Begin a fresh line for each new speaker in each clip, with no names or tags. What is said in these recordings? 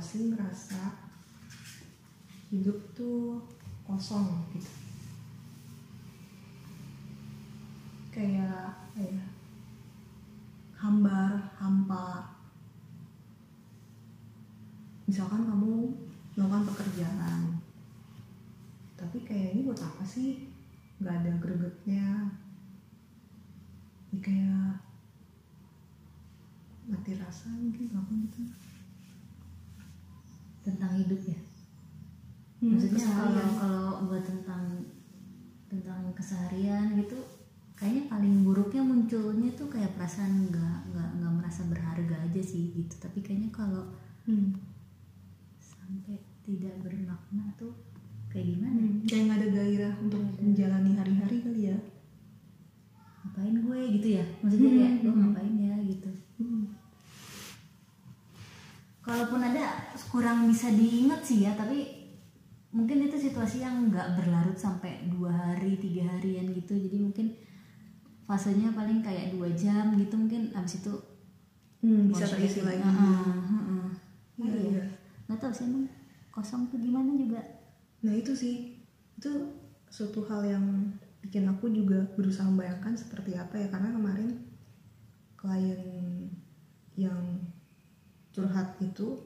pasti ngerasa hidup tuh kosong gitu, kayak hampa. Misalkan kamu melakukan pekerjaan, tapi kayak ini buat apa sih, nggak ada gregetnya, ini kayak mati rasa mungkin apa gitu
tentang hidup ya. Maksudnya kalau buat tentang keseharian gitu, kayaknya paling buruknya munculnya tuh kayak perasaan nggak merasa berharga aja sih gitu. Tapi kayaknya kalau sampai tidak bermakna tuh kayak gimana?
Kayak nggak ada gairah untuk menjalani hari-hari kali ya.
Ngapain gue gitu ya? Maksudnya kayak gue ngapain ya gitu. Kalaupun ada kurang bisa diingat sih ya, tapi mungkin itu situasi yang nggak berlarut sampai 2 hari 3 harian gitu. Jadi mungkin fasenya paling kayak 2 jam gitu, mungkin abis itu
bisa terisi lagi.
Iya. Nggak tahu sih emang kosong tuh gimana juga.
Nah itu sih, itu suatu hal yang bikin aku juga berusaha membayangkan seperti apa ya, karena kemarin klien yang curhat itu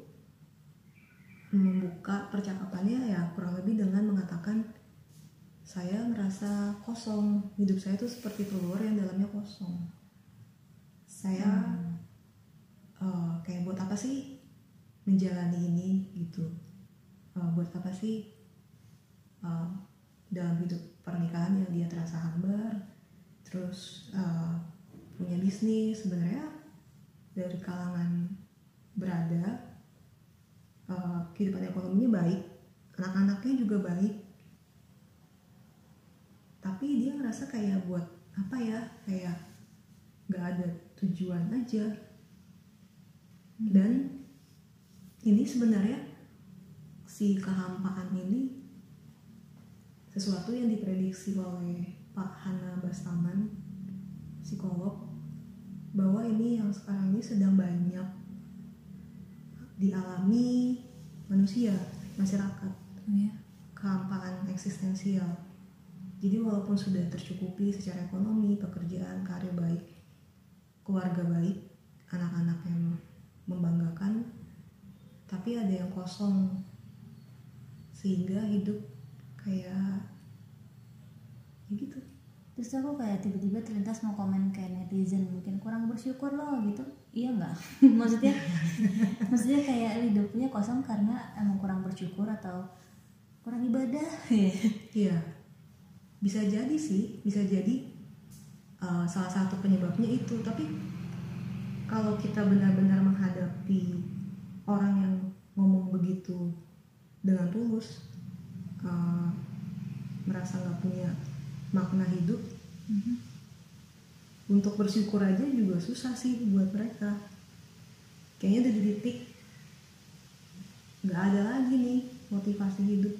membuka percakapannya ya kurang lebih dengan mengatakan, saya ngerasa kosong, hidup saya tuh seperti telur yang dalamnya kosong. Saya kayak buat apa sih menjalani ini gitu, buat apa sih dalam hidup pernikahan yang dia terasa hambar, terus punya bisnis sebenarnya dari kalangan berada, kehidupan ekonominya baik, anak-anaknya juga baik, tapi dia ngerasa kayak buat apa ya, kayak gak ada tujuan aja. Dan ini sebenarnya si kehampaan ini sesuatu yang diprediksi oleh Pak Hana Bastaman, psikolog, bahwa ini yang sekarang ini sedang banyak dialami manusia, masyarakat, kehampaan eksistensial. Jadi walaupun sudah tercukupi secara ekonomi, pekerjaan, karir baik, keluarga baik, anak-anak yang membanggakan, tapi ada yang kosong, sehingga hidup kayak ya gitu.
Terus aku kayak tiba-tiba terlintas mau komen kayak netizen, mungkin kurang bersyukur loh gitu. Iya nggak? maksudnya kayak hidupnya kosong karena emang kurang bersyukur atau kurang ibadah.
Iya, bisa jadi sih, bisa jadi salah satu penyebabnya itu. Tapi kalau kita benar-benar menghadapi orang yang ngomong begitu dengan tulus, merasa nggak punya makna hidup, untuk bersyukur aja juga susah sih buat mereka. Kayaknya udah di titik nggak ada lagi nih motivasi hidup.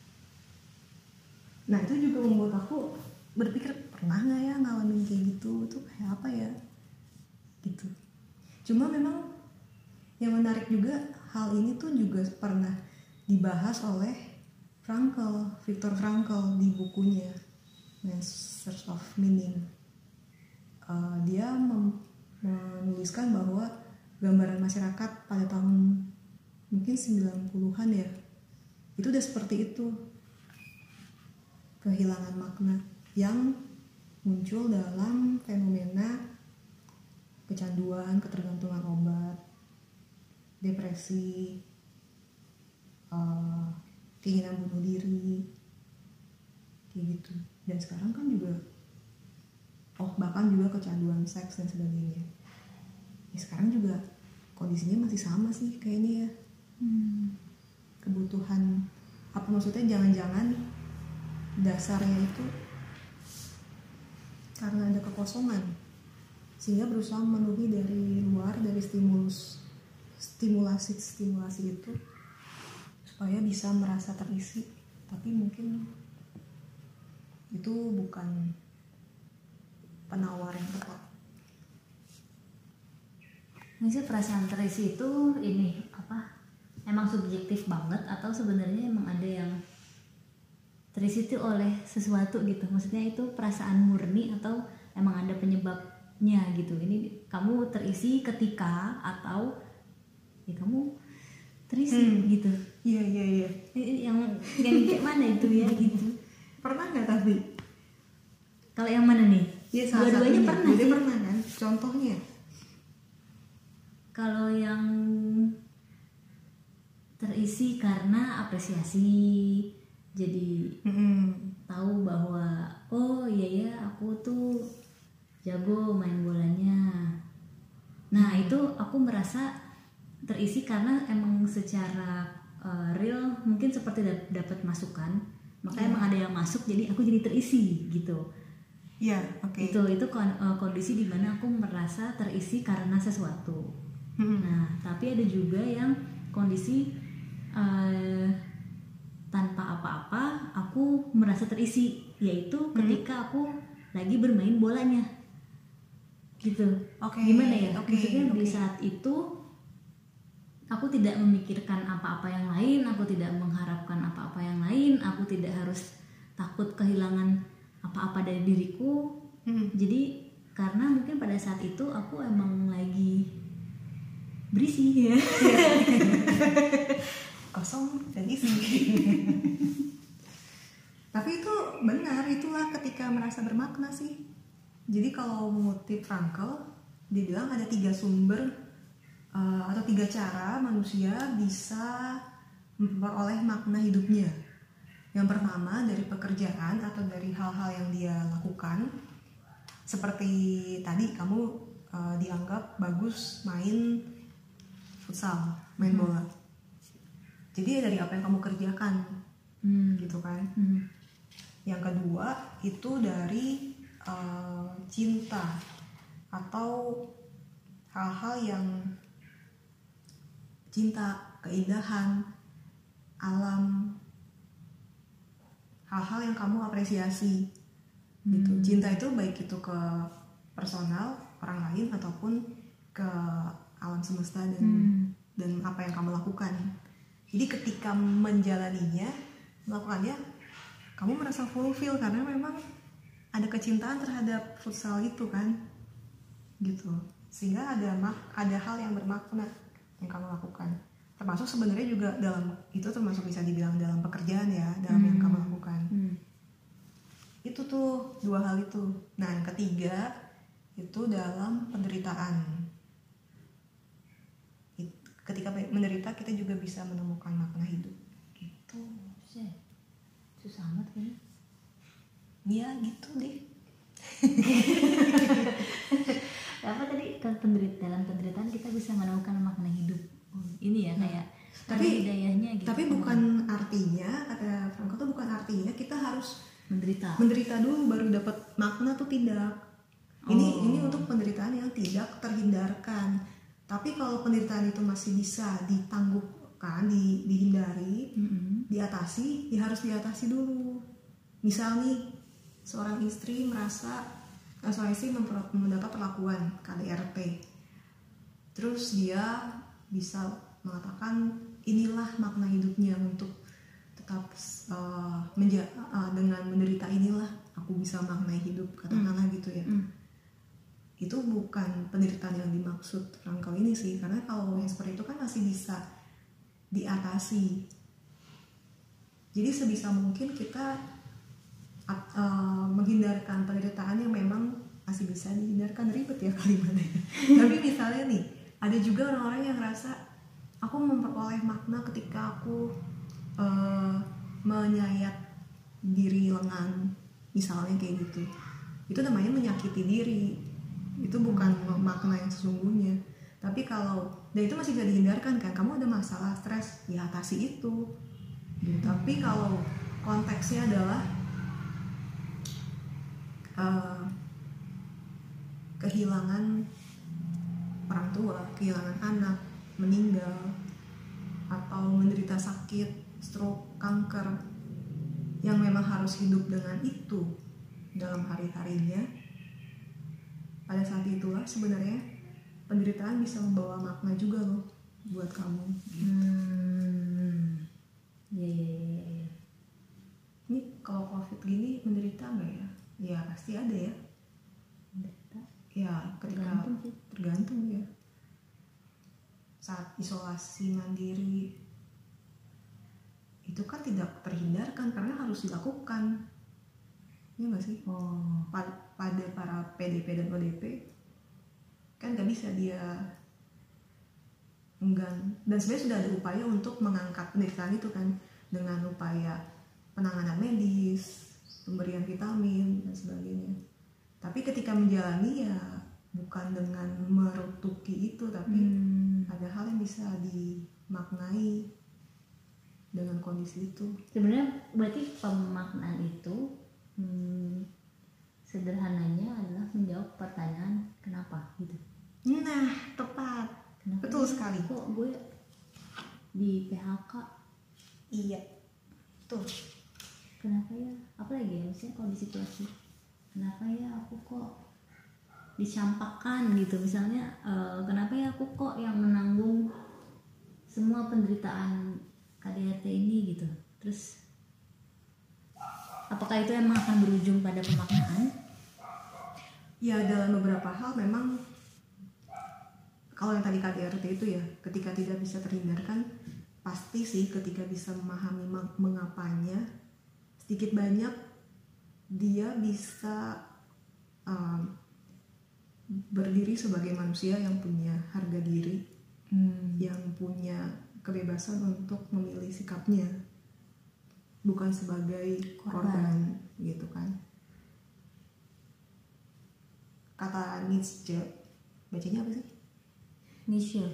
Nah itu juga membuat aku berpikir, pernah nggak ya ngalamin kayak gitu, itu kayak apa ya gitu. Cuma memang yang menarik juga, hal ini tuh juga pernah dibahas oleh Viktor Frankl di bukunya Man's Search of Meaning. Dia menuliskan bahwa gambaran masyarakat pada tahun mungkin 90-an ya, itu udah seperti itu, kehilangan makna yang muncul dalam fenomena kecanduan, ketergantungan obat, depresi, keinginan bunuh diri, kayak gitu. Dan sekarang kan juga bahkan juga kecanduan seks dan sebagainya. Ya, sekarang juga kondisinya masih sama sih kayaknya ya. Kebutuhan apa, maksudnya jangan-jangan dasarnya itu karena ada kekosongan, sehingga berusaha memenuhi dari luar, dari stimulasi itu supaya bisa merasa terisi, tapi mungkin itu bukan penawar yang tepat.
Ini sih perasaan terisi itu ini apa? emang subjektif banget atau sebenarnya emang ada yang terisi tuh oleh sesuatu gitu, maksudnya itu perasaan murni atau emang ada penyebabnya gitu. Ini kamu terisi ketika atau ya kamu terisi gitu.
Iya.
Yang kayak mana itu ya gitu.
Pernah nggak tapi?
Kalau yang mana nih?
Iya, salah
Dua-duanya
satunya.
pernah sih.
Pernah kan? Contohnya?
Kalau yang terisi karena apresiasi, jadi tahu bahwa oh iya ya aku tuh jago main bolanya. Nah itu aku merasa terisi karena emang secara real mungkin seperti dapat masukan, maka emang ada yang masuk jadi aku jadi terisi gitu.
Iya, oke.
Itu kondisi di mana aku merasa terisi karena sesuatu. Nah tapi ada juga yang kondisi tanpa apa-apa aku merasa terisi, yaitu ketika aku lagi bermain bolanya gitu. Gimana ya? Maksudnya di saat itu aku tidak memikirkan apa-apa yang lain, aku tidak mengharapkan apa-apa yang lain, aku tidak harus takut kehilangan apa-apa dari diriku. Jadi karena mungkin pada saat itu aku emang lagi berisi ya.
Kosong dan isi. Tapi itu benar, itulah ketika merasa bermakna sih. Jadi kalau mengutip Frankl, dia bilang ada 3 sumber atau 3 cara manusia bisa memperoleh makna hidupnya. Yang pertama dari pekerjaan atau dari hal-hal yang dia lakukan. Seperti tadi kamu dianggap bagus main futsal, main bola. Jadi dari apa yang kamu kerjakan, gitu kan. Yang kedua itu dari cinta atau hal-hal yang cinta, keindahan, alam, hal-hal yang kamu apresiasi, gitu. Cinta itu baik itu ke personal orang lain ataupun ke alam semesta dan apa yang kamu lakukan. Jadi ketika menjalaninya, melakukannya, kamu merasa fulfill karena memang ada kecintaan terhadap futsal itu kan, gitu. Sehingga ada hal yang bermakna yang kamu lakukan. Termasuk sebenarnya juga dalam itu termasuk bisa dibilang dalam pekerjaan ya, dalam yang kamu lakukan. Itu tuh 2 hal itu. Nah yang ketiga itu dalam penderitaan. Ketika menderita kita juga bisa menemukan makna hidup gitu.
Susah amat kan?
Ya gitu deh.
Apa tadi dalam penderitaan kita bisa menemukan makna hidup. Ini ya kayak
tapi
hidayahnya gitu.
Tapi bukan artinya, kata Frankl tuh bukan artinya kita harus menderita dulu baru dapat makna tuh, tidak. Ini untuk penderitaan yang tidak terhindarkan. Tapi kalau penderitaan itu masih bisa ditangguhkan, dihindari, diatasi, ya harus diatasi dulu. Misal nih, seorang istri mendapat perlakuan KDRT. Terus dia bisa mengatakan inilah makna hidupnya untuk tetap dengan menderita inilah aku bisa maknai hidup, katakanlah gitu ya. Itu bukan penderitaan yang dimaksud Frankl ini sih, karena kalau yang seperti itu kan masih bisa diatasi. Jadi sebisa mungkin kita menghindarkan penderitaan yang memang masih bisa dihindarkan. Ribet ya kalimatnya. Tapi misalnya nih, ada juga orang-orang yang ngerasa aku memperoleh makna ketika aku menyayat diri lengan, misalnya kayak gitu. Itu namanya menyakiti diri. Itu bukan makna yang sesungguhnya. Tapi dan itu masih bisa dihindarkan kan. Kamu ada masalah stres, ya atasi itu. Tapi kalau konteksnya adalah kehilangan orang tua, kehilangan anak, meninggal, atau menderita sakit, stroke, kanker, yang memang harus hidup dengan itu dalam hari-harinya. Pada saat itulah sebenarnya penderitaan bisa membawa makna juga loh buat kamu. kalau COVID gini menderita nggak ya? Ya pasti ada ya.
Menderita.
Ya ketika
Tergantung sih.
tergantung ya. Saat isolasi mandiri itu kan tidak terhindarkan karena harus dilakukan. Ya nggak sih?
Oh.
Pada para PDP dan ODP kan nggak bisa dia enggan, dan sebenarnya sudah ada upaya untuk mengangkat penderitaan itu kan dengan upaya penanganan medis, pemberian vitamin dan sebagainya. Tapi ketika menjalani ya bukan dengan merutuki itu, tapi ada hal yang bisa dimaknai dengan kondisi itu.
Sebenarnya berarti pemaknaan itu sederhananya adalah menjawab pertanyaan kenapa gitu.
Nah, tepat.
Kenapa
Betul
ya?
sekali.
Kok gue di PHK?
Iya. Betul.
Kenapa ya? Apalagi ya misalnya kalau di situasi kenapa ya aku kok dicampakkan gitu misalnya, kenapa ya aku kok yang menanggung semua penderitaan KDRT ini gitu. Terus apakah itu emang akan berujung pada pemaknaan?
Ya dalam beberapa hal memang, kalau yang tadi KDRT itu ya ketika tidak bisa terhindarkan, pasti sih ketika bisa memahami mengapanya, sedikit banyak dia bisa berdiri sebagai manusia yang punya harga diri, yang punya kebebasan untuk memilih sikapnya, bukan sebagai korban gitu kan. Kata Nietzsche, bacanya apa sih?
Nietzsche.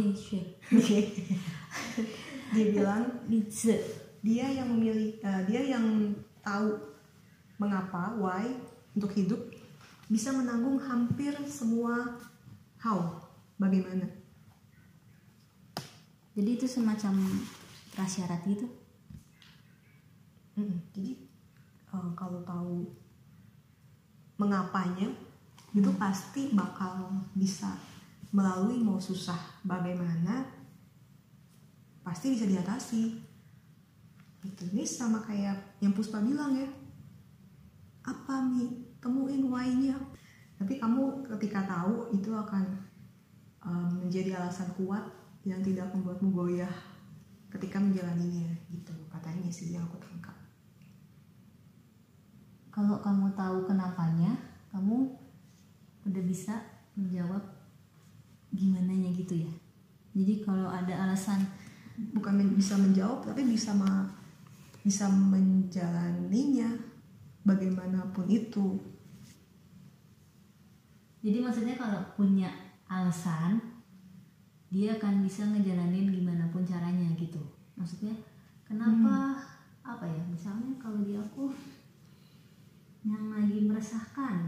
Dia bilang
Nietzsche.
dia yang memilih, dia yang tahu mengapa, why untuk hidup, bisa menanggung hampir semua how, bagaimana.
Jadi itu semacam prasyarat gitu.
Jadi kalau tahu mengapanya itu pasti bakal bisa melalui mau susah bagaimana pasti bisa diatasi gitu. Ini sama kayak yang Puspa bilang ya, apa Mi, temuin why-nya. Tapi kamu ketika tahu itu akan menjadi alasan kuat yang tidak membuatmu goyah ketika menjalaninya gitu, katanya sih yang aku tangkap.
Kalau kamu tahu kenapanya, kamu udah bisa menjawab gimananya gitu ya. Jadi kalau ada alasan,
bukan bisa menjawab tapi bisa menjalaninya bagaimanapun itu.
jadi maksudnya kalau punya alasan, dia akan bisa ngejalanin gimana pun caranya gitu. Maksudnya kenapa apa ya? Misalnya kalau di aku yang lagi meresahkan,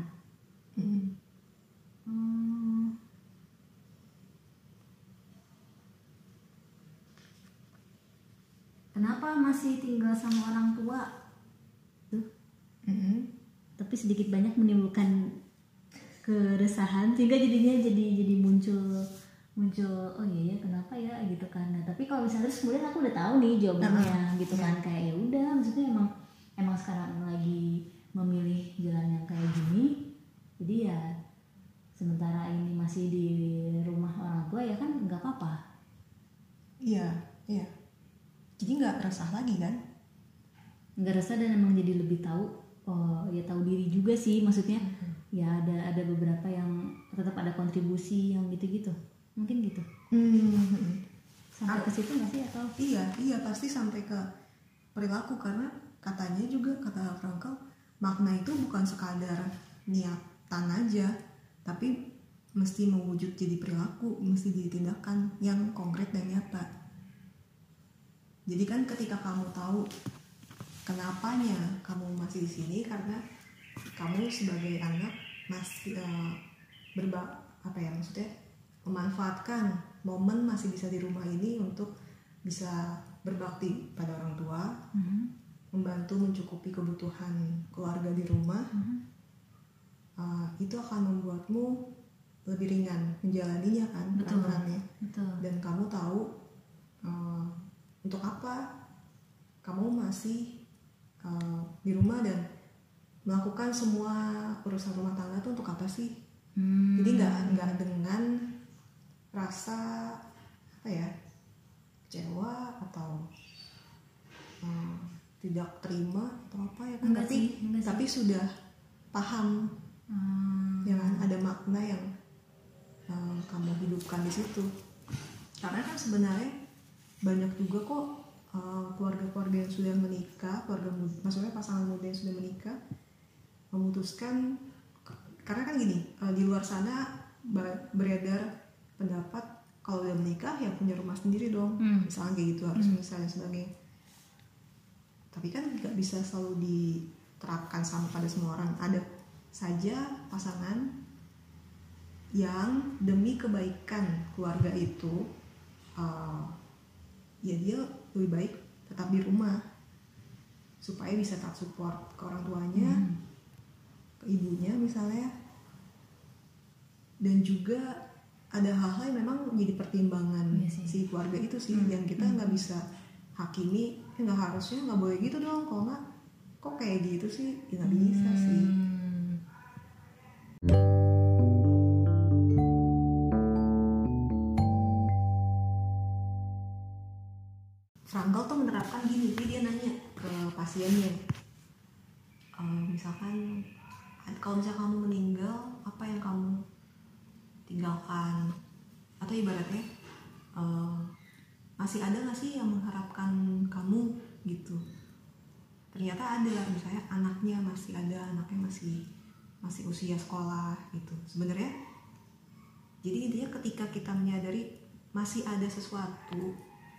kenapa masih tinggal sama orang tua tuh, tapi sedikit banyak menimbulkan keresahan sehingga jadinya jadi muncul oh iya ya kenapa ya gitu kan. Nah tapi kalau misalnya terus kemudian aku udah tahu nih jawabannya gitu kan, kayak ya udah, maksudnya emang sekarang lagi memilih jalan yang kayak gini, jadi ya sementara ini masih di rumah orang tua ya kan nggak apa-apa.
Iya. Jadi nggak resah lagi kan?
Nggak resah dan emang jadi lebih tahu, ya tahu diri juga sih maksudnya. Ya ada beberapa yang tetap ada kontribusi yang gitu-gitu, mungkin gitu. Sampai ke situ nggak sih atau?
Iya pasti sampai ke perilaku, karena katanya juga kata Frankl, makna itu bukan sekadar niatan aja, tapi mesti mewujud jadi perilaku, mesti jadi tindakan yang konkret dan nyata. Jadi kan ketika kamu tahu kenapanya kamu masih di sini, karena kamu sebagai anak masih maksudnya memanfaatkan momen masih bisa di rumah ini untuk bisa berbakti pada orang tua, membantu mencukupi kebutuhan keluarga di rumah. Itu akan membuatmu lebih ringan menjalaninya kan, peran-perannya. Dan kamu tahu untuk apa kamu masih di rumah dan melakukan semua urusan rumah tangga tuh untuk apa sih? Jadi nggak dengan rasa apa ya, kecewa atau tidak terima atau apa ya kan, tapi sudah paham ya kan, ada makna yang kamu hidupkan di situ. Karena kan sebenarnya banyak juga kok keluarga-keluarga yang sudah menikah, maksudnya pasangan muda yang sudah menikah memutuskan, karena kan gini, di luar sana beredar pendapat kalau udah menikah ya punya rumah sendiri dong, misalnya kayak gitu, harus misalnya sebagainya. Tapi kan nggak bisa selalu diterapkan sama pada semua orang. Ada saja pasangan yang demi kebaikan keluarga itu ya dia lebih baik tetap di rumah supaya bisa tak support ke orang tuanya, ke ibunya misalnya. Dan juga ada hal-hal yang memang menjadi pertimbangan si keluarga itu sih, yang kita nggak bisa hakimi, nggak harusnya, nggak boleh gitu dong, kalau nggak kok kayak gitu sih, ya nggak bisa sih. Frankl tuh menerapkan gini, jadi dia nanya ke pasiennya, misalkan kalau misalnya kamu meninggal, apa yang kamu tinggalkan, atau ibaratnya masih ada nggak sih yang mengharapkan kamu gitu. Ternyata ada, misalnya anaknya masih ada, anaknya masih usia sekolah gitu. Sebenarnya jadi intinya ketika kita menyadari masih ada sesuatu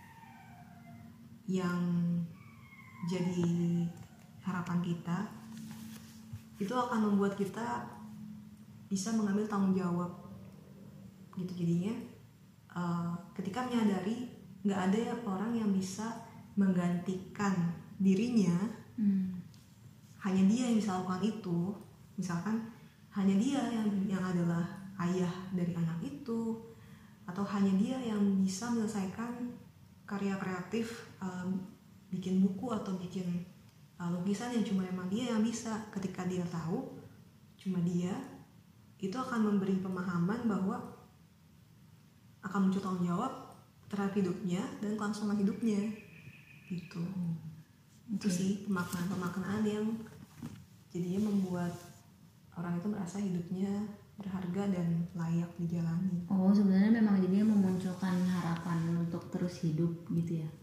yang jadi harapan kita, itu akan membuat kita bisa mengambil tanggung jawab gitu. Jadinya ketika menyadari nggak ada orang yang bisa menggantikan dirinya, hanya dia yang bisa lakukan itu. Misalkan hanya dia yang adalah ayah dari anak itu, atau hanya dia yang bisa menyelesaikan karya kreatif, bikin buku atau bikin lukisan yang cuma emang dia yang bisa. Ketika dia tahu cuma dia, itu akan memberi pemahaman bahwa akan muncul tanggung jawab terhadap hidupnya dan kelangsungan hidupnya gitu. Itu sih pemaknaan yang jadinya membuat orang itu merasa hidupnya berharga dan layak dijalani.
Oh, sebenarnya memang jadinya memunculkan harapan untuk terus hidup gitu ya.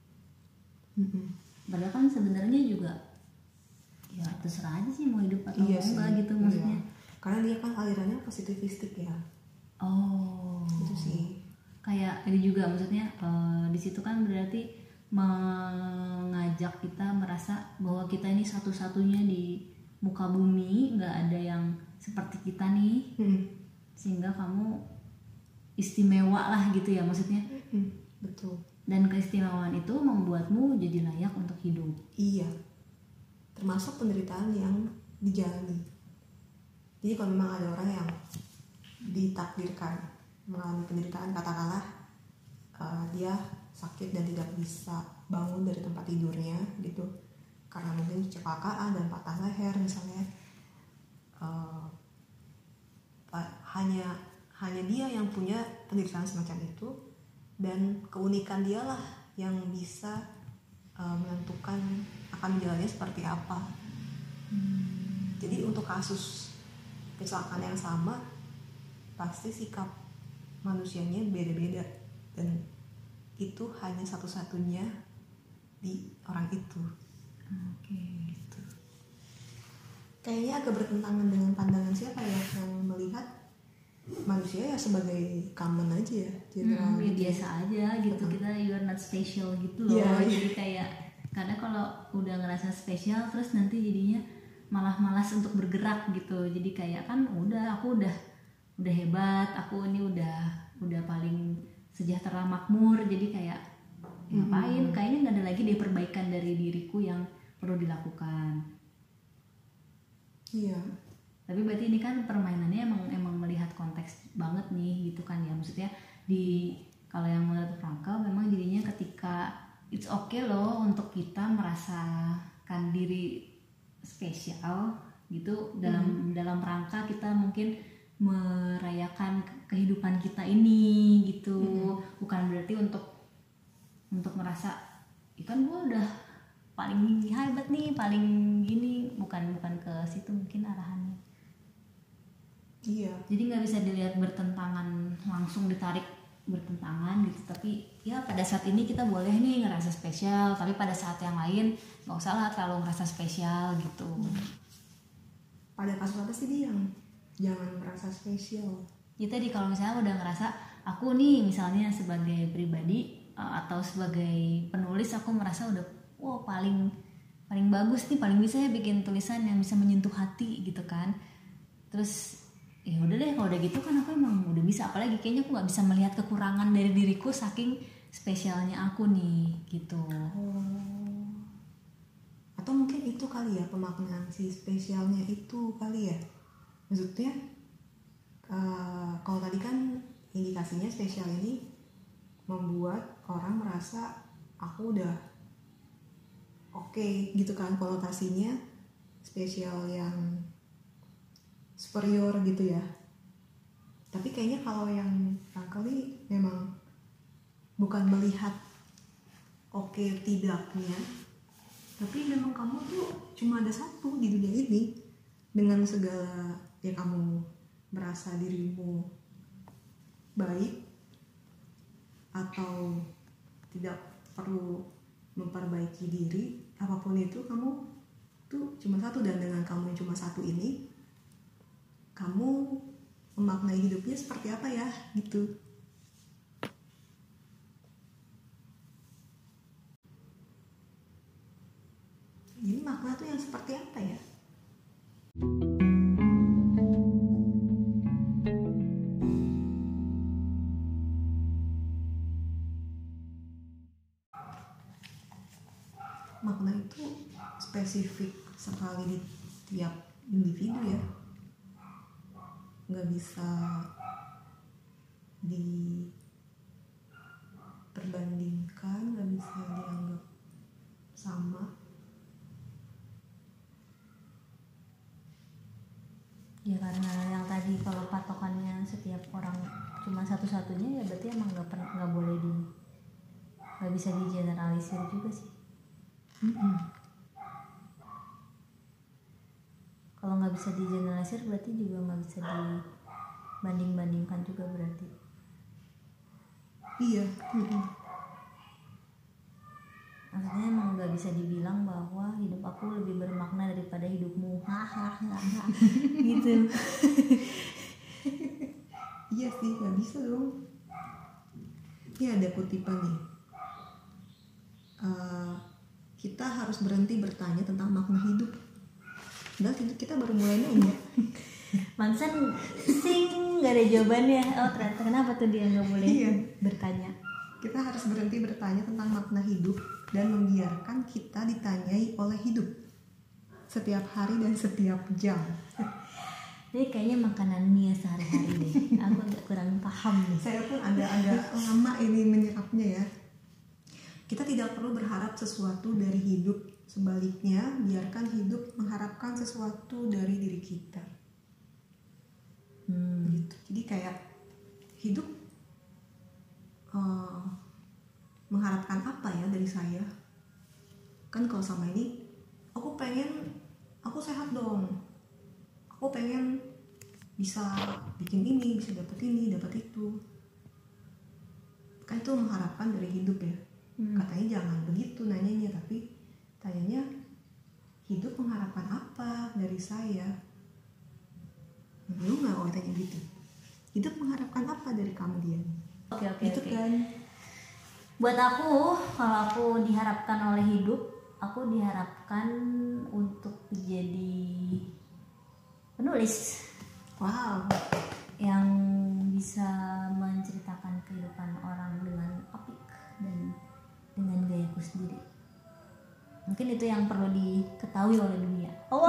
Padahal kan sebenarnya juga ya terserah aja sih mau hidup atau mau enggak gitu maksudnya.
Karena dia kan alirannya positivistik ya.
Oh,
itu sih.
Kayak ini juga maksudnya di situ kan berarti mengajak kita merasa bahwa kita ini satu-satunya di muka bumi, nggak ada yang seperti kita nih, sehingga kamu istimewa lah gitu ya maksudnya.
Betul.
Dan keistimewaan itu membuatmu jadi layak untuk hidup.
Iya, termasuk penderitaan yang dijalani. Jadi kalau memang ada orang yang ditakdirkan mengalami penderitaan, katakanlah dia sakit dan tidak bisa bangun dari tempat tidurnya gitu, karena mungkin kecelakaan dan patah leher misalnya, hanya dia yang punya penderitaan semacam itu, dan keunikan dialah yang bisa menentukan akan menjalannya seperti apa. Jadi untuk kasus kecelakaan yang sama pasti sikap manusianya beda-beda, dan itu hanya satu-satunya di orang itu.
Oke.
Gitu. Kayaknya agak bertentangan dengan pandangan siapa ya yang melihat manusia ya sebagai common aja ya, general
ya biasa aja gitu. Kita you are not special gitu loh. Jadi kayak karena kalau udah ngerasa spesial terus nanti jadinya malah malas untuk bergerak gitu. Jadi kayak kan aku udah hebat, aku ini udah paling sejahtera makmur, jadi kayak ngapain, kayaknya nggak ada lagi deh perbaikan dari diriku yang perlu dilakukan.
Iya.
Tapi berarti ini kan permainannya emang melihat konteks banget nih gitu kan ya, maksudnya kalau yang menurut Frankl memang jadinya ketika it's okay loh untuk kita merasa menampakkan diri spesial gitu dalam rangka kita mungkin merayakan kehidupan kita ini gitu. Bukan berarti untuk merasa ikan gue udah paling hebat nih, paling gini, bukan ke situ mungkin arahannya.
Iya.
Jadi nggak bisa dilihat bertentangan, langsung ditarik bertentangan gitu. Tapi ya pada saat ini kita boleh nih ngerasa spesial, tapi pada saat yang lain nggak usah lah terlalu ngerasa spesial gitu.
Pada kasus apa sih dia yang jangan merasa spesial?
Ya tadi kalau misalnya udah ngerasa aku nih misalnya sebagai pribadi atau sebagai penulis aku merasa udah paling bagus nih, paling bisa ya bikin tulisan yang bisa menyentuh hati gitu kan. Terus ya udah deh kalau udah gitu kan aku emang udah bisa, apalagi kayaknya aku nggak bisa melihat kekurangan dari diriku saking spesialnya aku nih gitu.
Atau mungkin itu kali ya pemaknaan si spesialnya itu kali ya, maksudnya kalau tadi kan indikasinya spesial ini membuat orang merasa aku udah oke gitu kan, konotasinya spesial yang superior gitu ya. Tapi kayaknya kalau yang kali memang bukan melihat oke tidaknya, tapi memang kamu tuh cuma ada satu di dunia ini dengan segala ya, kamu merasa dirimu baik atau tidak perlu memperbaiki diri, apapun itu kamu tuh cuma satu, dan dengan kamu yang cuma satu ini kamu memaknai hidupnya seperti apa ya gitu. Jadi makna tuh yang seperti apa ya? Makna itu spesifik sekali di tiap individu ya, nggak bisa diperbandingkan, nggak bisa dianggap sama.
Ya karena yang tadi kalau patokannya setiap orang cuma satu-satunya ya berarti emang nggak boleh nggak bisa digeneralisir juga sih. Kalau nggak bisa digeneralisir berarti juga nggak bisa dibanding-bandingkan juga berarti.
Iya.
Maksudnya emang nggak bisa dibilang bahwa hidup aku lebih bermakna daripada hidupmu, gitu.
Iya sih, nggak bisa dong. Ini ada kutipan nih. Kita harus berhenti bertanya tentang makna hidup. Udah, kita baru mulai nanya.
Mansan nggak ada jawabannya. Oh ternyata kenapa tuh dia nggak boleh bertanya?
Kita harus berhenti bertanya tentang makna hidup dan membiarkan kita ditanyai oleh hidup setiap hari dan setiap jam.
Ini kayaknya makanan Mia sehari-hari deh. Aku agak kurang paham nih.
Saya pun agak lama ini menyerapnya ya. Kita tidak perlu berharap sesuatu dari hidup. Sebaliknya, biarkan hidup mengharapkan sesuatu dari diri kita. Gitu. Jadi kayak hidup mengharapkan apa ya dari saya? Kan kalau sama ini, aku sehat dong. Aku pengen bisa bikin ini, bisa dapat ini, dapat itu. Kan itu mengharapkan dari hidup ya. Katanya jangan begitu nanyanya, tapi tanyanya hidup mengharapkan apa dari saya. Lu nggak kalau tanya gitu? Hidup mengharapkan apa dari kamu, dia?
Oke.
Gitu kan?
Buat aku, kalau aku diharapkan oleh hidup, aku diharapkan untuk menjadi penulis.
Wow.
Yang bisa menceritakan kehidupan orang dengan apik dan dengan gayaku sendiri. Mungkin itu yang perlu diketahui oleh dunia.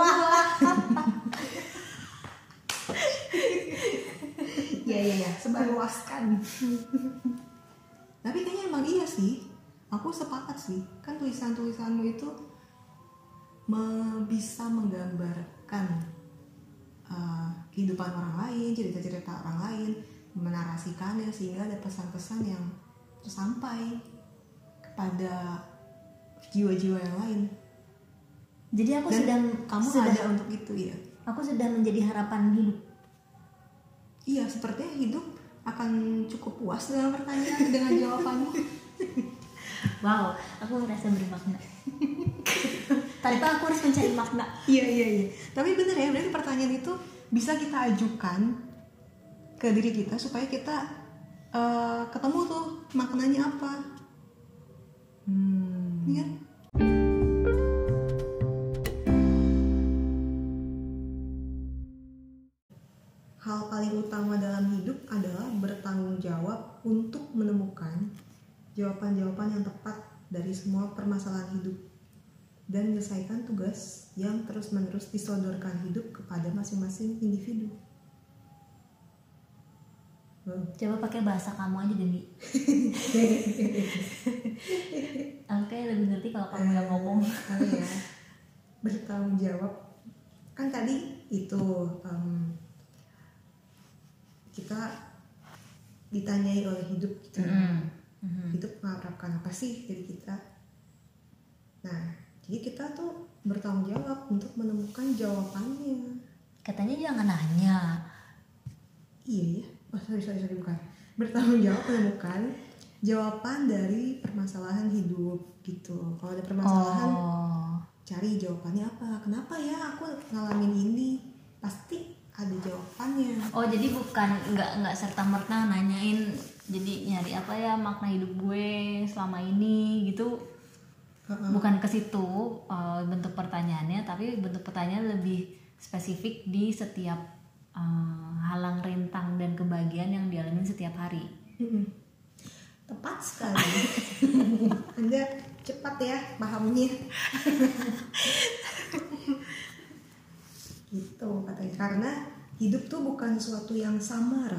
Ya, sebarluaskan. Tapi kayaknya emang iya sih, aku sepakat sih. Kan tulisan-tulisanmu itu bisa menggambarkan kehidupan orang lain, cerita-cerita orang lain, menarasikannya sehingga ada pesan-pesan yang tersampai kepada jiwa-jiwa yang lain.
Jadi aku
Dan kamu
sudah
ada untuk itu ya.
aku sudah menjadi harapan hidup.
Iya, sepertinya hidup akan cukup puas dengan pertanyaan dengan jawabanmu.
Wow, aku merasa bermakna. Tanpa aku harus mencari makna.
Iya. Tapi bener ya, berarti pertanyaan itu bisa kita ajukan ke diri kita supaya kita ketemu tuh maknanya apa. Iya. Hal paling utama dalam hidup adalah bertanggung jawab untuk menemukan jawaban-jawaban yang tepat dari semua permasalahan hidup dan menyelesaikan tugas yang terus-menerus disodorkan hidup kepada masing-masing individu.
Coba pakai bahasa kamu aja, Dendi. Aku kayak lebih ngerti kalau kamu yang ngomong.
Ya, bertanggung jawab. Kan tadi itu kita ditanyai oleh hidup gitu. Hidup mengharapkan apa sih dari kita. Nah, jadi kita tuh bertanggung jawab untuk menemukan jawabannya.
Katanya jangan nanya.
Iya ya. Oh sorry bukan. Bertanggung jawab menemukan jawaban dari permasalahan hidup gitu. Kalau ada permasalahan, cari jawabannya apa. Kenapa ya aku ngalamin ini? Pasti ada jawabannya.
Oh, jadi bukan nggak serta-merta nanyain jadi nyari apa ya makna hidup gue selama ini gitu. Bukan ke situ bentuk pertanyaannya, tapi bentuk pertanyaan lebih spesifik di setiap halang rintang dan kebahagiaan yang dialami setiap hari.
Tepat sekali. Anda cepat ya pahamnya. Gitu katanya. Karena hidup tuh bukan sesuatu yang samar.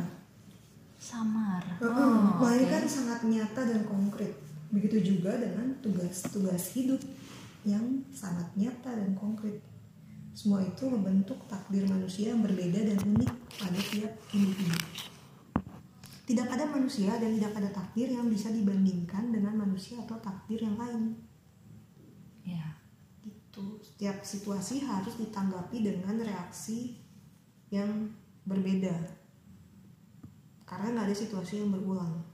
Melainkan sangat nyata dan konkret. Begitu juga dengan tugas-tugas hidup yang sangat nyata dan konkret. Semua itu membentuk takdir manusia yang berbeda dan unik pada tiap individu. Tidak ada manusia dan tidak ada takdir yang bisa dibandingkan dengan manusia atau takdir yang lain.
Ya.
Gitu. Setiap situasi harus ditanggapi dengan reaksi yang berbeda. Karena nggak ada situasi yang berulang.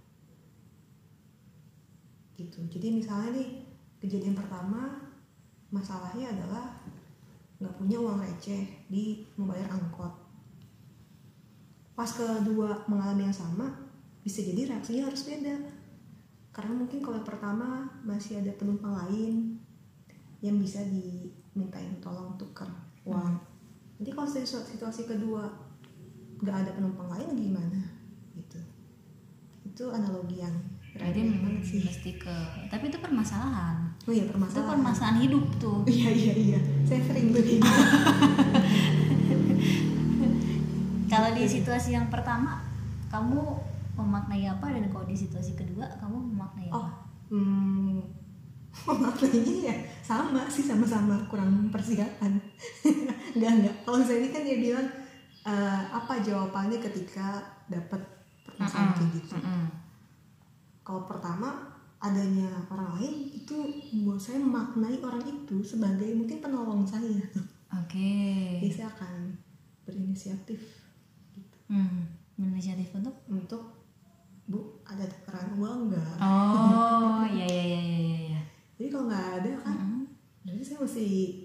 Gitu. Jadi misalnya nih kejadian pertama masalahnya adalah nggak punya uang receh di membayar angkot. Pas kedua mengalami yang sama, bisa jadi reaksinya harus beda. Karena mungkin kalau yang pertama masih ada penumpang lain yang bisa dimintain tolong tukar uang. Nanti kalau situasi kedua nggak ada penumpang lain gimana? Gitu. Itu analogi yang
berarti mesti ke, tapi itu permasalahan.
Oh iya, permasalahan.
Itu permasalahan hidup tuh.
Iya. Saya sering begitu.
Kalau di situasi yang pertama, kamu memaknai apa, dan kalau di situasi kedua, kamu memaknai apa?
Memaknainya ya sama-sama kurang persiapan. Enggak. Kalau saya ini kan dia bilang apa jawabannya ketika dapat permasalahan kayak gitu. Kalau pertama adanya orang lain itu membuat saya memaknai orang itu sebagai mungkin penolong saya. Jadi saya akan berinisiatif gitu.
Berinisiatif
untuk Bu, ada tukeran uang nggak?
Oh, iya.
Jadi kalau nggak ada kan, berarti saya mesti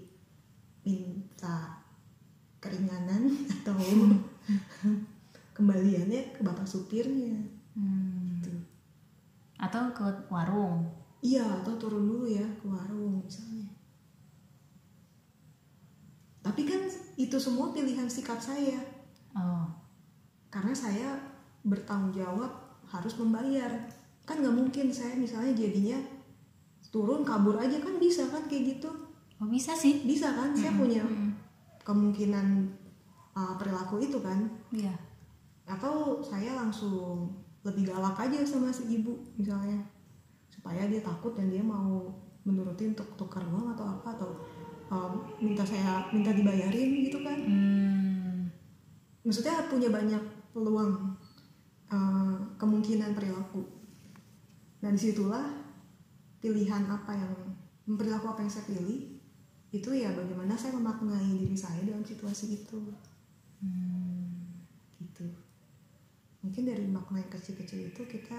minta keringanan atau kembaliannya ke bapak supirnya. Gitu.
Atau ke warung.
Iya, atau turun dulu ya ke warung misalnya. Tapi kan itu semua pilihan sikap saya. Karena saya bertanggung jawab harus membayar. Kan nggak mungkin saya misalnya jadinya turun kabur aja, kan bisa kan kayak gitu.
Oh, bisa sih.
Bisa kan, saya punya kemungkinan perilaku itu kan.
Iya.
Atau saya langsung lebih galak aja sama si ibu misalnya, supaya dia takut dan dia mau menuruti untuk tukar uang atau apa, atau minta dibayarin gitu kan. Maksudnya punya banyak peluang, kemungkinan perilaku. Nah disitulah pilihan perilaku apa yang saya pilih itu ya bagaimana saya memaknai diri saya dalam situasi itu. Gitu. Mungkin dari makna yang kecil-kecil itu kita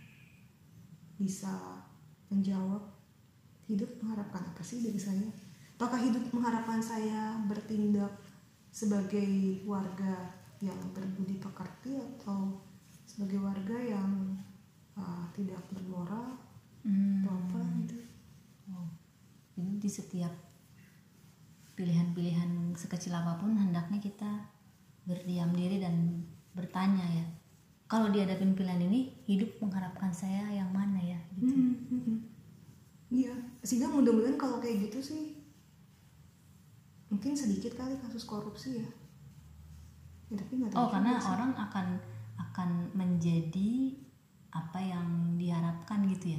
bisa menjawab, hidup mengharapkan apa sih dari saya? Apakah hidup mengharapkan saya bertindak sebagai warga yang berbudi pekerti atau sebagai warga yang tidak bermoral atau apa gitu?
Jadi di setiap pilihan-pilihan sekecil apapun hendaknya kita berdiam diri dan bertanya ya, kalau dihadapin pilihan ini, hidup mengharapkan saya yang mana ya gitu.
Iya, sehingga mudah-mudahan kalau kayak gitu sih mungkin sedikit kali kasus korupsi ya. Ya tapi nggak tahu
karena
sih.
orang akan menjadi apa yang diharapkan gitu ya.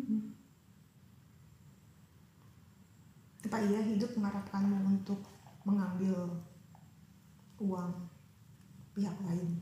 Apa iya hidup mengharapkanmu untuk mengambil uang pihak lain?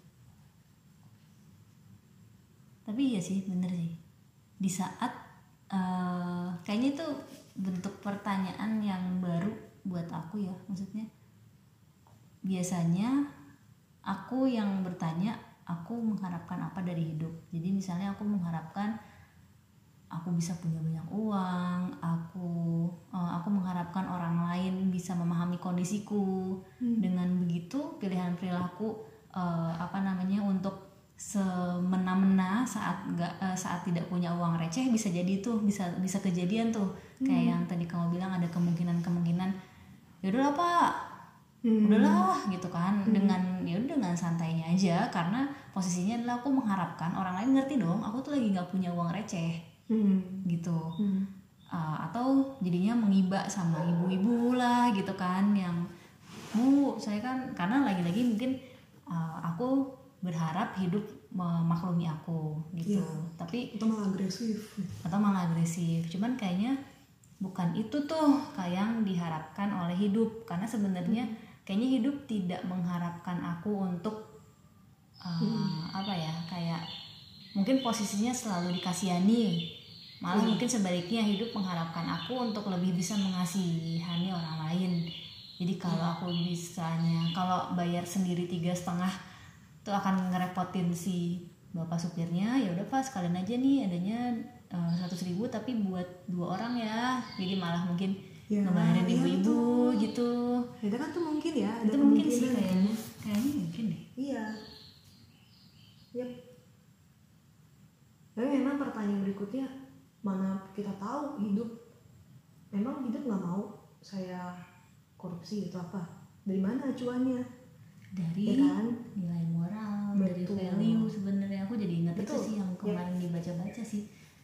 Tapi iya sih, bener sih. Di saat kayaknya itu bentuk pertanyaan yang baru buat aku ya. Maksudnya biasanya aku yang bertanya, aku mengharapkan apa dari hidup. Jadi misalnya aku mengharapkan aku bisa punya banyak uang, aku mengharapkan orang lain bisa memahami kondisiku. Dengan begitu pilihan perilaku untuk semena-mena saat tidak punya uang receh bisa jadi tuh bisa kejadian tuh kayak yang tadi kamu bilang ada kemungkinan yaudahlah Pak, udahlah gitu kan, dengan santainya aja karena posisinya adalah aku mengharapkan orang lain ngerti dong aku tuh lagi nggak punya uang receh gitu. Atau jadinya mengiba sama ibu-ibu lah gitu kan yang saya kan karena lagi-lagi mungkin aku berharap hidup memaklumi aku gitu
ya,
tapi
atau malah agresif.
Cuman kayaknya bukan itu tuh kayak yang diharapkan oleh hidup, karena sebenarnya kayaknya hidup tidak mengharapkan aku untuk kayak mungkin posisinya selalu dikasihani, malah mungkin sebaliknya hidup mengharapkan aku untuk lebih bisa mengasihani orang lain. Jadi kalau aku kalau bayar sendiri 3,5 itu akan ngerepotin si bapak supirnya, ya udah Pak sekalian aja nih adanya 100.000 tapi buat 2 orang ya, jadi malah mungkin ngebayarin ibu-ibu gitu.
Itu kan tuh mungkin ya, ada
itu mungkin sih kayaknya mungkin deh.
Iya. Yep. Tapi memang pertanyaan berikutnya, mana kita tahu hidup nggak mau saya korupsi itu apa? Dari mana acuannya?
Dari
ya kan?
Nilai moral,
Betul.
dari value. Sebenarnya aku jadi ingat itu
Betul.
sih yang kemarin dibaca-baca sih.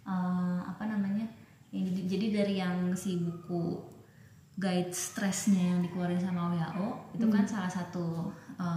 Jadi dari yang si buku guide stresnya yang dikeluarin sama WHO itu kan salah satu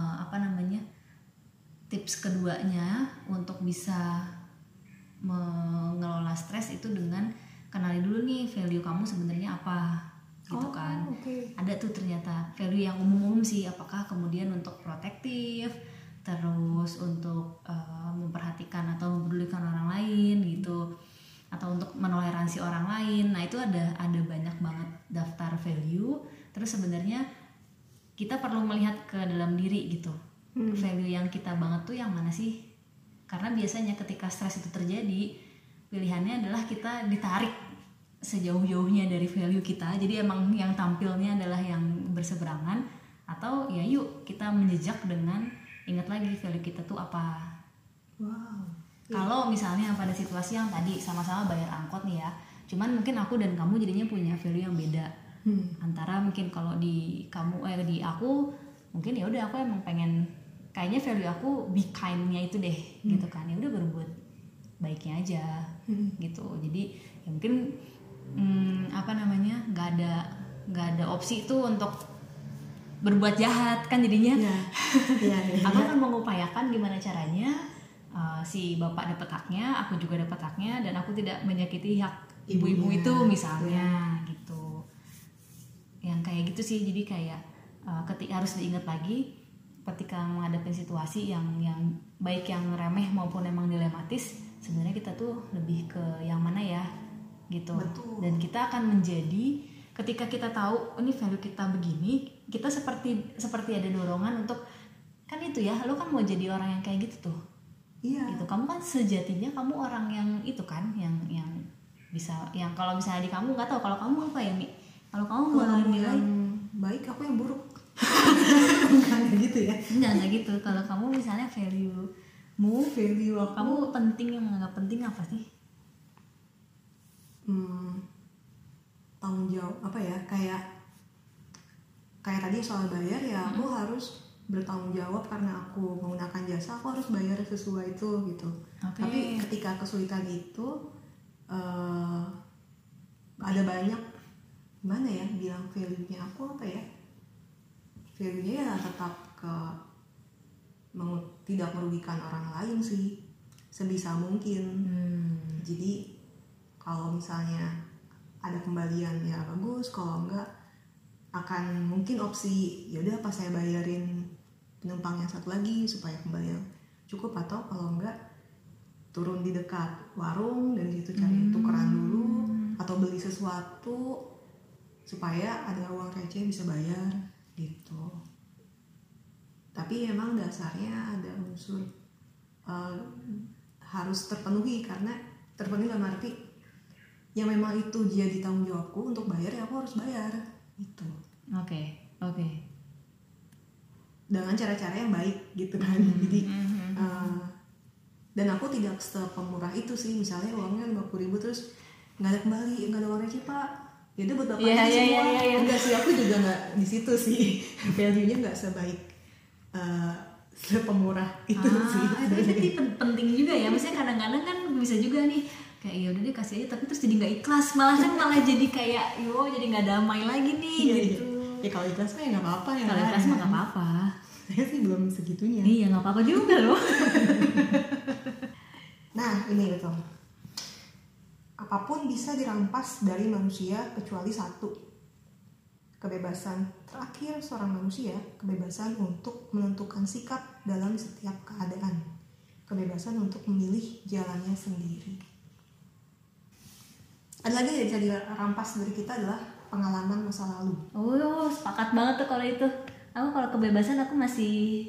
tips keduanya untuk bisa mengelola stres itu dengan kenali dulu nih value kamu sebenarnya apa gitu kan.
Okay.
Ada tuh ternyata value yang umum sih, apakah kemudian untuk protektif, terus untuk memperhatikan atau mempedulikan orang lain gitu, atau untuk menoleransi orang lain. Nah itu ada banyak banget daftar value. Terus sebenarnya kita perlu melihat ke dalam diri gitu, value yang kita banget tuh yang mana sih? Karena biasanya ketika stres itu terjadi, pilihannya adalah kita ditarik sejauh-jauhnya dari value kita. Jadi emang yang tampilnya adalah yang berseberangan, atau ya yuk kita menjejak dengan ingat lagi value kita tuh apa.
Wow.
Kalau misalnya pada situasi yang tadi sama-sama bayar angkot nih ya, cuman mungkin aku dan kamu jadinya punya value yang beda. Antara mungkin kalau di aku mungkin ya udah aku emang pengen kayaknya value aku be kind-nya itu deh gitu kan, ya udah berbuat baiknya aja gitu. Jadi ya mungkin nggak ada opsi itu untuk berbuat jahat kan jadinya. Aku akan mengupayakan gimana caranya si bapak dapat haknya, aku juga dapat haknya, dan aku tidak menyakiti hak ibu-ibu itu misalnya gitu. Yang kayak gitu gitu sih. Jadi kayak ketika harus diingat lagi ketika menghadapi situasi yang baik yang remeh maupun emang dilematis, sebenarnya kita tuh lebih ke yang mana ya gitu.
Betul.
Dan kita akan menjadi, ketika kita tahu ini value kita begini, kita seperti ada dorongan untuk, kan itu ya, lo kan mau jadi orang yang kayak gitu tuh.
Iya.
Gitu. Kamu kan sejatinya kamu orang yang itu kan, yang bisa, yang kalau misalnya di kamu nggak tahu, kalau kamu apa ya Mi? Kalau kamu mau nilai
yang baik, aku yang buruk. Enggak gitu ya.
Enggak gitu. Kalau kamu misalnya value
aku,
kamu penting, yang menganggap penting apa sih?
Tanggung jawab apa ya, kayak tadi soal bayar ya, aku harus bertanggung jawab karena aku menggunakan jasa, aku harus bayar sesuai itu gitu.
Okay.
Tapi ketika kesulitan itu ada banyak, gimana ya bilang value-nya aku apa ya, value-nya ya tetap tidak merugikan orang lain sih sebisa mungkin. Jadi kalau misalnya ada kembalian ya bagus, kalau enggak akan mungkin opsi ya udah pas saya bayarin penumpang yang satu lagi supaya kembalian cukup, atau kalau enggak turun di dekat warung dan situ cari tukeran dulu atau beli sesuatu supaya ada uang receh bisa bayar gitu. Tapi emang dasarnya ada unsur harus terpenuhi, karena terpenuhi dalam arti yang memang itu jadi tanggung jawabku untuk bayar, ya aku harus bayar gitu.
Oke.
Dengan cara-cara yang baik gitu kan. Jadi dan aku tidak sepemurah itu sih, misalnya uangnya 50.000 terus nggak ada kembali, nggak ada uang receh Pak, ya udah buat bapak aja semua. Enggak sih, aku juga nggak di situ sih. Value-nya nggak sebaik sepemurah itu sih.
Itu penting juga ya. Maksudnya kadang-kadang kan bisa juga nih kayak ya udah deh kasih aja, tapi terus jadi nggak ikhlas, malah jadi kayak jadi nggak damai lagi nih gitu.
Ya kalau ikhlas mah ya nggak apa-apa ya.
Kalau ikhlas mah nggak apa-apa.
Saya sih belum segitunya.
Iya, nggak apa-apa juga loh.
Nah ini betul. Apapun bisa dirampas dari manusia kecuali satu, kebebasan terakhir seorang manusia, kebebasan untuk menentukan sikap dalam setiap keadaan, kebebasan untuk memilih jalannya sendiri. Ada lagi yang bisa dirampas dari kita adalah pengalaman masa lalu.
Oh, sepakat banget tuh kalau itu. Aku kalau kebebasan aku masih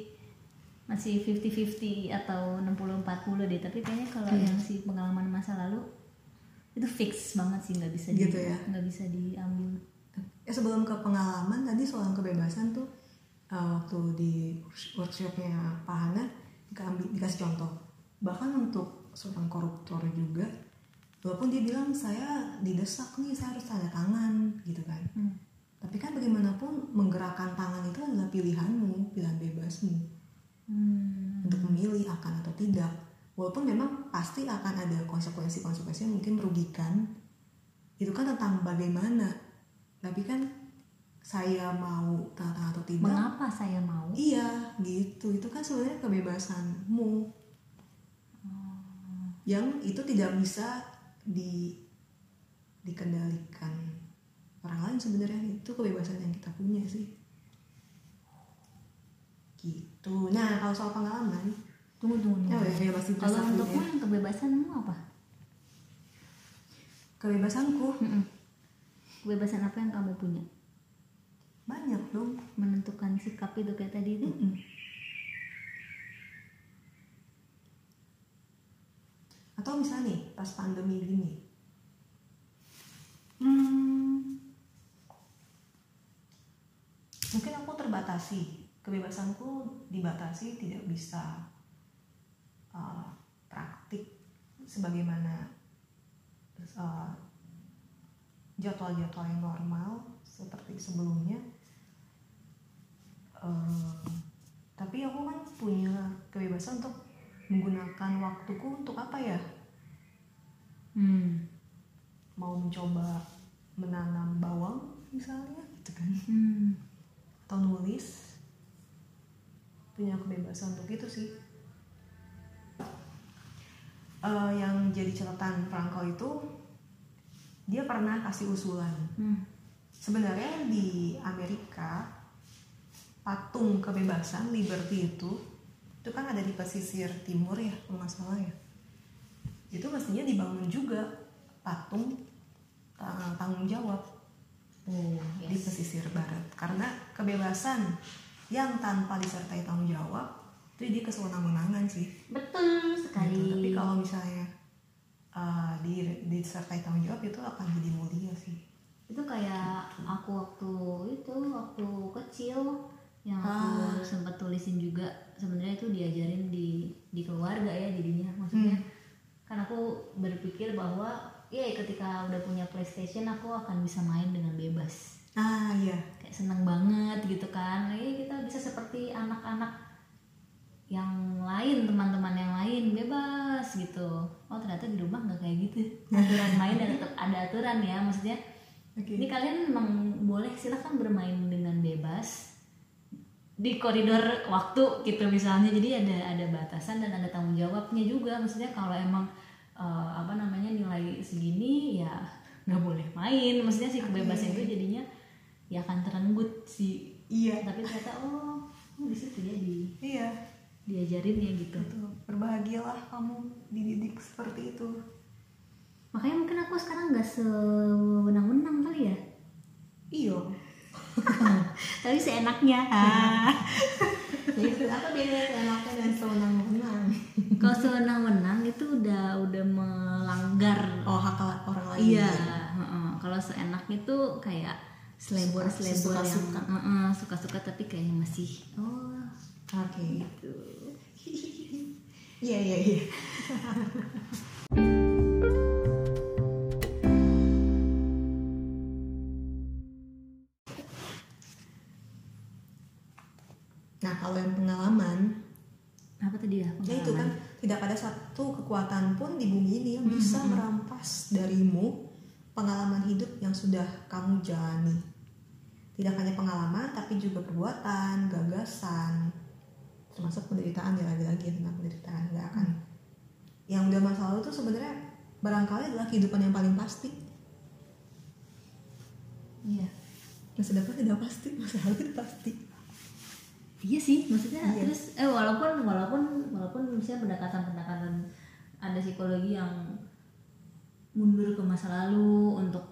50-50 atau 60-40 deh. Tapi kayaknya kalau yang si pengalaman masa lalu itu fix banget sih, nggak bisa
gitu ya,
nggak bisa diambil.
Sebelum ke pengalaman tadi soal kebebasan tuh, waktu di workshopnya Pak Hana dikasih contoh, bahkan untuk seorang koruptor juga, walaupun dia bilang saya didesak nih, saya harus tanda tangan gitu kan, tapi kan bagaimanapun menggerakkan tangan itu adalah pilihanmu, pilihan bebasmu untuk memilih akan atau tidak, walaupun memang pasti akan ada konsekuensi yang mungkin merugikan. Itu kan tentang bagaimana. Tapi kan saya mau tanda atau tidak,
mengapa saya mau,
iya gitu, itu kan sebenarnya kebebasanmu yang itu tidak bisa dikendalikan orang lain. Sebenarnya itu kebebasan yang kita punya sih gitu. Nah kalau soal pengalaman,
tunggu.
Ya pasti
kalau untukmu yang kebebasanmu apa?
Kebebasanku,
kebebasan apa yang kamu punya?
banyak dong.
Menentukan sikap itu kayak tadi itu.
Atau misalnya nih pas pandemi gini, mungkin aku terbatasi, kebebasanku dibatasi, tidak bisa praktik sebagaimana jadwal-jadwal yang normal seperti sebelumnya. Tapi aku kan punya kebebasan untuk menggunakan waktuku untuk apa ya? Mau mencoba menanam bawang misalnya gitu kan, atau nulis, punya kebebasan untuk itu sih. Yang jadi catatan Frankl itu, dia pernah kasih usulan sebenarnya di Amerika patung kebebasan Liberty itu kan ada di pesisir timur ya kalau nggak salah ya. Itu mestinya dibangun juga patung tanggung jawab di pesisir barat, karena kebebasan yang tanpa disertai tanggung jawab itu dia kesewenang-wenangan sih.
Betul sekali.
Gitu. Tapi kalau misalnya disertai tanggung jawab itu akan jadi mulia sih.
Itu kayak aku waktu kecil yang aku sempat tulisin juga, sebenarnya itu diajarin di keluarga ya jadinya, maksudnya kan aku berpikir bahwa ya ketika udah punya PlayStation aku akan bisa main dengan bebas.
Iya.
Kayak seneng banget gitu kan, kita bisa seperti anak-anak yang lain, teman-teman yang lain, bebas gitu. Oh ternyata di rumah nggak kayak gitu, aturan main dan tetap ada aturan ya, maksudnya ini kalian memang boleh silahkan bermain dengan bebas di koridor waktu gitu misalnya, jadi ada batasan dan ada tanggung jawabnya juga, maksudnya kalau emang nilai segini ya nggak boleh main, maksudnya si kebebasan itu jadinya ya akan terenggut sih.
Iya.
Tapi ternyata di situ ya diajarin ya gitu.
Betul. Berbahagialah kamu dididik seperti itu.
Makanya mungkin aku sekarang nggak sewenang-wenang kali ya.
Iya.
Tapi seenaknya.
Jadi apa bedanya seenaknya dan sewenang-wenang?
Kalau sewenang-wenang itu udah melanggar
hak orang lain.
Iya. Kalau seenaknya tuh kayak selebor yang suka-suka tapi kayaknya masih
oke.
Gitu.
Iya. Nah, kalau yang pengalaman,
apa tadi ya?
Ya itu kan tidak ada satu kekuatan pun di bumi ini yang bisa merampas darimu pengalaman hidup yang sudah kamu jalani. Tidak hanya pengalaman, tapi juga perbuatan, gagasan, termasuk penderitaan ya, lagi-lagi tentang penderitaan nggak akan. Yang udah masa lalu itu sebenarnya barangkali adalah kehidupan yang paling pasti.
Iya.
Masa depan tidak pasti, masa lalu itu pasti.
Iya sih, maksudnya terus walaupun misalnya pendekatan ada psikologi yang mundur ke masa lalu untuk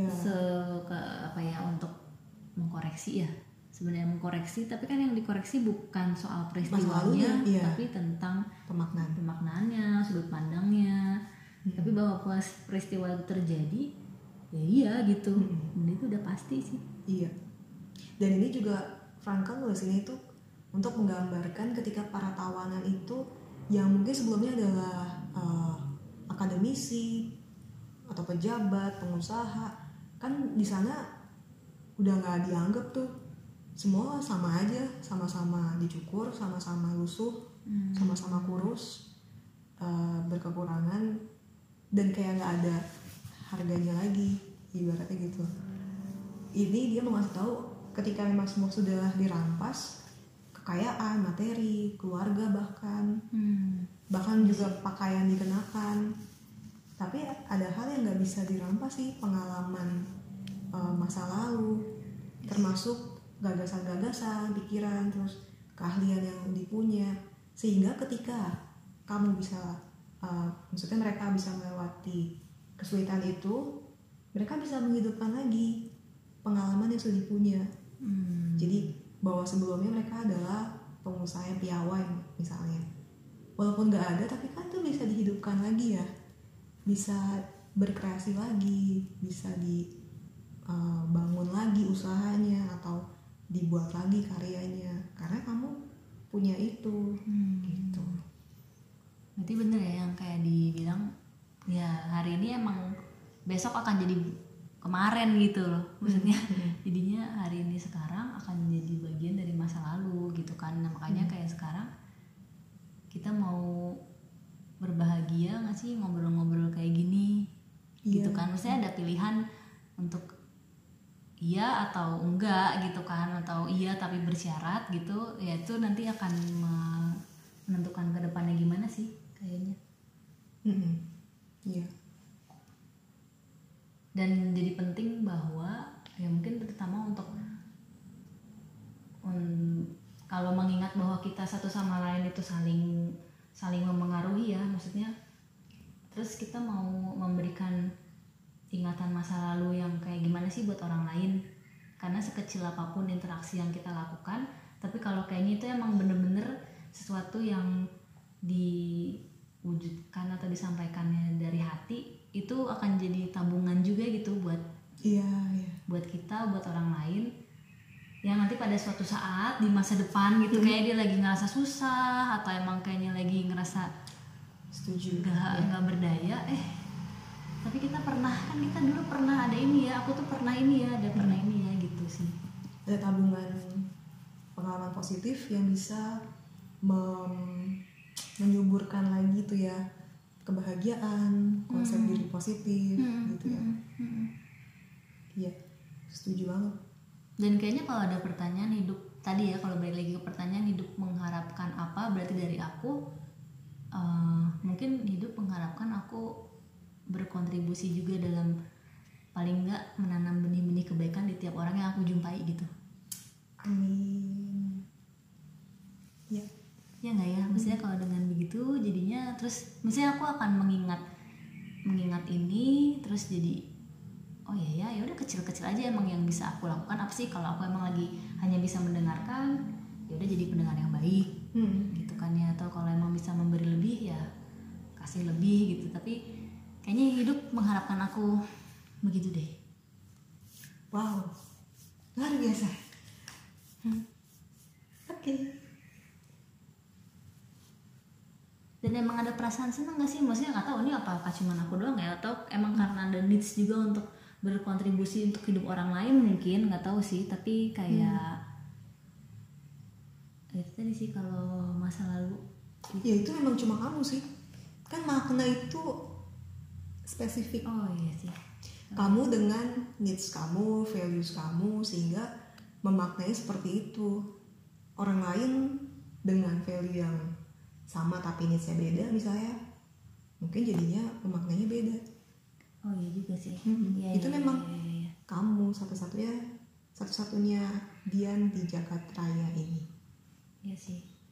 untuk mengkoreksi ya, sebenarnya mengkoreksi, tapi kan yang dikoreksi bukan soal peristiwanya, tapi tentang pemaknaannya, sudut pandangnya. Tapi bahwa pas peristiwa itu terjadi, ya iya gitu, dan itu udah pasti sih.
Iya. Dan ini juga Frankl nulisinnya itu untuk menggambarkan ketika para tawanan itu yang mungkin sebelumnya adalah akademisi atau pejabat, pengusaha, kan di sana udah nggak dianggap tuh, semua sama aja, sama-sama dicukur, sama-sama lusuh, sama-sama kurus, berkekurangan, dan kayak nggak ada harganya lagi, ibaratnya gitu. Ini dia mau ngasih tahu ketika memang semua sudah dirampas, kekayaan, materi, keluarga bahkan juga pakaian dikenakan, tapi ada hal yang nggak bisa dirampas sih, pengalaman masa lalu, termasuk gagasan-gagasan, pikiran, terus keahlian yang dipunya, sehingga ketika kamu bisa maksudnya mereka bisa melewati kesulitan itu, mereka bisa menghidupkan lagi pengalaman yang sudah dipunya. Jadi bahwa sebelumnya mereka adalah pengusaha yang piawai misalnya, walaupun nggak ada, tapi kan tuh bisa dihidupkan lagi ya, bisa berkreasi lagi, bisa dibangun lagi usahanya atau dibuat lagi karyanya, karena kamu punya itu. Gitu.
Berarti bener ya yang kayak dibilang ya, hari ini emang besok akan jadi kemarin gitu loh, maksudnya jadinya hari ini sekarang akan jadi bagian dari masa lalu gitu kan. Nah, makanya kayak sekarang kita mau berbahagia nggak sih ngobrol-ngobrol kayak gini gitu kan, maksudnya ada pilihan untuk iya atau enggak gitu kan, atau iya tapi bersyarat gitu ya, itu nanti akan menentukan ke depannya gimana sih kayaknya.
Iya.
Dan jadi penting bahwa ya mungkin kalau mengingat bahwa kita satu sama lain itu saling mempengaruhi ya, maksudnya terus kita mau memberikan ingatan masa lalu yang kayak gimana sih buat orang lain, karena sekecil apapun interaksi yang kita lakukan, tapi kalau kayaknya itu emang bener-bener sesuatu yang diwujudkan atau disampaikannya dari hati, itu akan jadi tabungan juga gitu buat buat kita, buat orang lain yang nanti pada suatu saat di masa depan gitu kayak dia lagi ngerasa susah atau emang kayaknya lagi ngerasa
setuju
nggak berdaya, tapi kita dulu pernah ada ini ya, aku tuh pernah ini ya, ada pernah ini ya gitu sih.
Ada tabungan pengalaman positif yang bisa menyuburkan lagi tuh ya kebahagiaan, konsep diri positif gitu ya. Iya, setuju banget.
Dan kayaknya kalau ada pertanyaan hidup tadi ya, kalau balik lagi ke pertanyaan hidup mengharapkan apa, berarti dari aku mungkin hidup mengharapkan aku berkontribusi juga dalam paling enggak menanam benih-benih kebaikan di tiap orang yang aku jumpai gitu.
Amin. Ya.
Ya nggak ya, maksudnya kalau dengan begitu jadinya terus, maksudnya aku akan mengingat ini terus jadi oh ya udah kecil-kecil aja emang yang bisa aku lakukan apa sih, kalau aku emang lagi hanya bisa mendengarkan ya udah jadi pendengar yang baik gitu kan ya, atau kalau emang bisa memberi lebih ya kasih lebih gitu. Tapi kayaknya hidup mengharapkan aku begitu deh.
Wow, luar biasa. Oke.
Dan emang ada perasaan senang gak sih, maksudnya nggak tahu ini apakah cuma aku doang ya, atau emang karena ada needs juga untuk berkontribusi untuk hidup orang lain, mungkin nggak tahu sih, tapi kayak itu tadi sih kalau masa lalu
ya itu memang cuma kamu sih kan, makna itu spesifik.
Oh iya sih,
kamu dengan needs kamu, values kamu, sehingga memaknai seperti itu. Orang lain dengan value yang sama tapi needs-nya beda misalnya, mungkin jadinya memaknainya beda.
Oh iya juga sih.
Itu memang kamu satu-satunya Dian di jagat raya ini.
Iya sih.